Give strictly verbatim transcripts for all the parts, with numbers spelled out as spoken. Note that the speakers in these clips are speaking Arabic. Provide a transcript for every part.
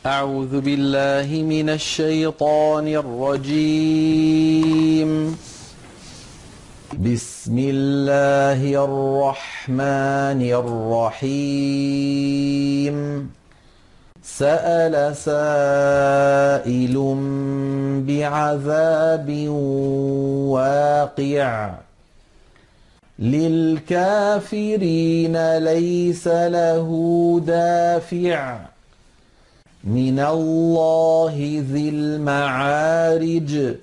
أعوذ بالله من الشيطان الرجيم. بسم الله الرحمن الرحيم. سأل سائل بعذاب واقع للكافرين ليس له دافع من الله ذي المعارج.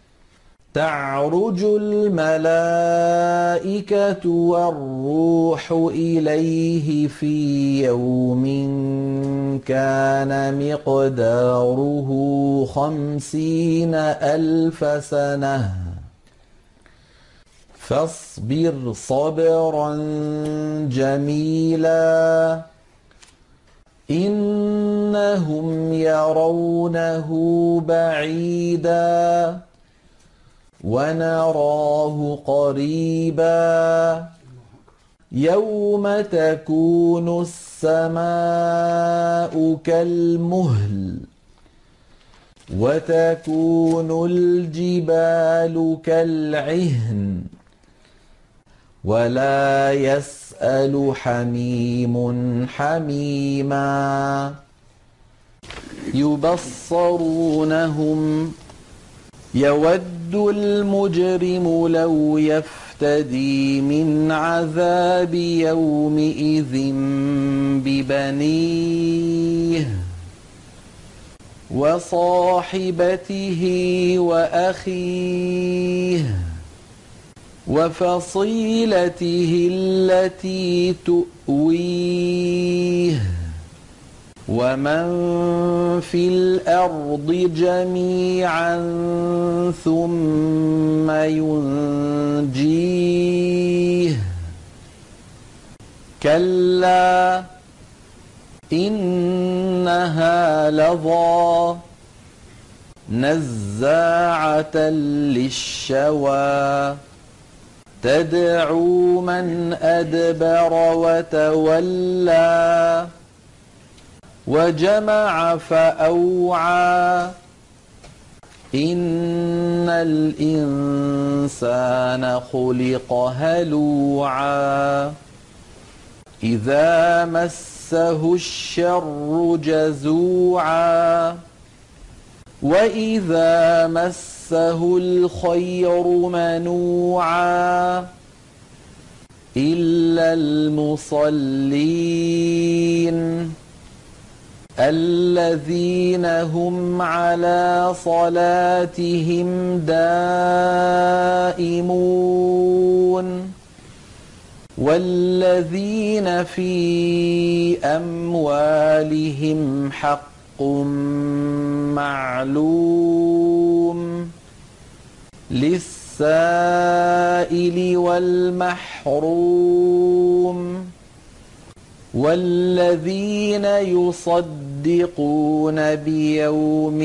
تعرج الملائكة والروح إليه في يوم كان مقداره خمسين ألف سنة فاصبر صبرا جميلا إنهم يرونه بعيدا ونراه قريبا يوم تكون السماء كالمهل وتكون الجبال كالعهن ولا يسأل حميم حميما يبصرونهم يود المجرم لو يفتدي من عذاب يومئذ ببنيه وصاحبته وأخيه وفصيلته التي تؤويه ومن في الأرض جميعا ثم ينجيه كلا إنها لظى نزاعة للشوى تدعو من أدبر وتولى وجمع فأوعى إن الإنسان خلق هلوعا إذا مسه الشر جزوعا وإذا مسه الخير منوعا إلا المصلين الذين هم على صلاتهم دائمون والذين في أموالهم حق معلوم للسائل والمحروم والذين يصدقون بيوم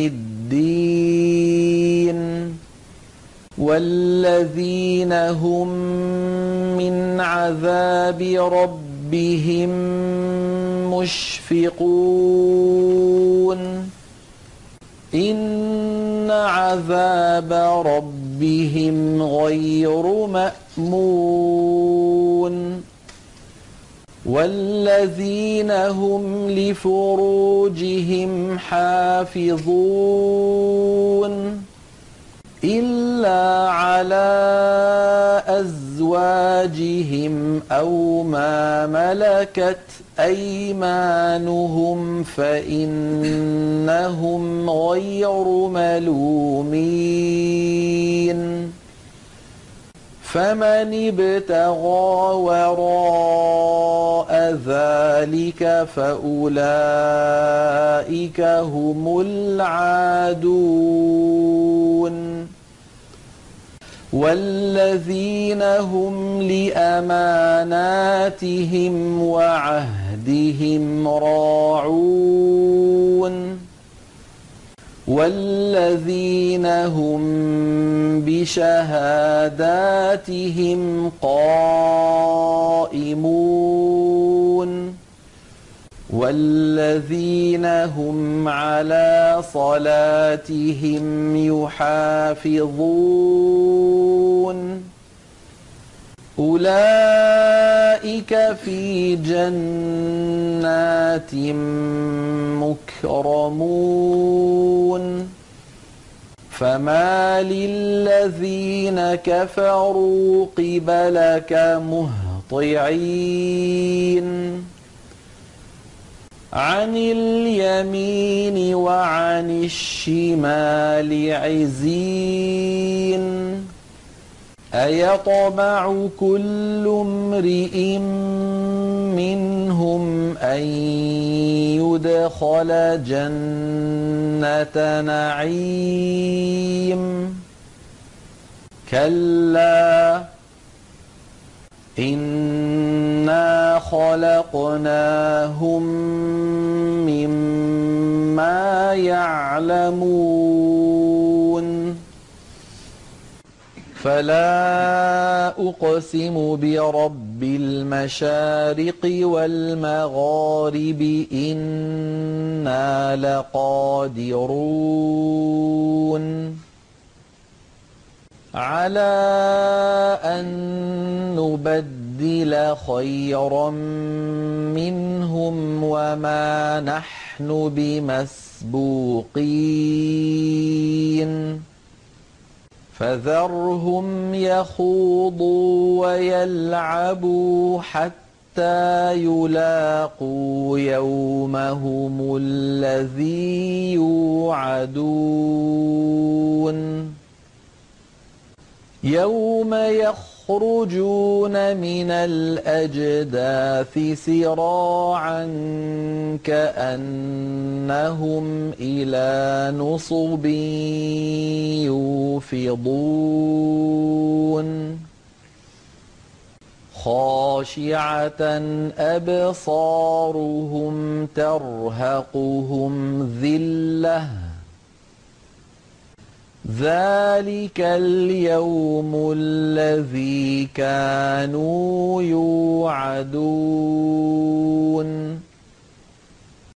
الدين والذين هم من عذاب ربهم مشفقون إن عذاب ربهم غير مأمون والذين هم لفروجهم حافظون إلا على أزواجهم أو ما ملكت أيمانهم فإنهم غير ملومين فمن ابتغى وراء ذلك فأولئك هم العادون والذين هم لأماناتهم وعهدهم راعون والذين هم بشهاداتهم قائمون والذين هم على صلاتهم يحافظون أولئك في جنات مكرمون فما للذين كفروا قبلك مهطعين عن اليمين وعن الشمال عزين أيطمع كل امرئ منهم أن يدخل جنة نعيم كلا إنا خلقناهم مما يعلمون فلا أقسم برب المشارق والمغارب إنا لقادرون على أن نبدل خيرا منهم وما نحن بمسبوقين فذرهم يخوضوا ويلعبوا حتى يلاقوا يومهم الذي يوعدون يوم يخرجون من الأجداث سراعا كأنهم إلى نصب يوفضون خاشعة أبصارهم ترهقهم ذلة ذلك اليوم الذي كانوا يوعدون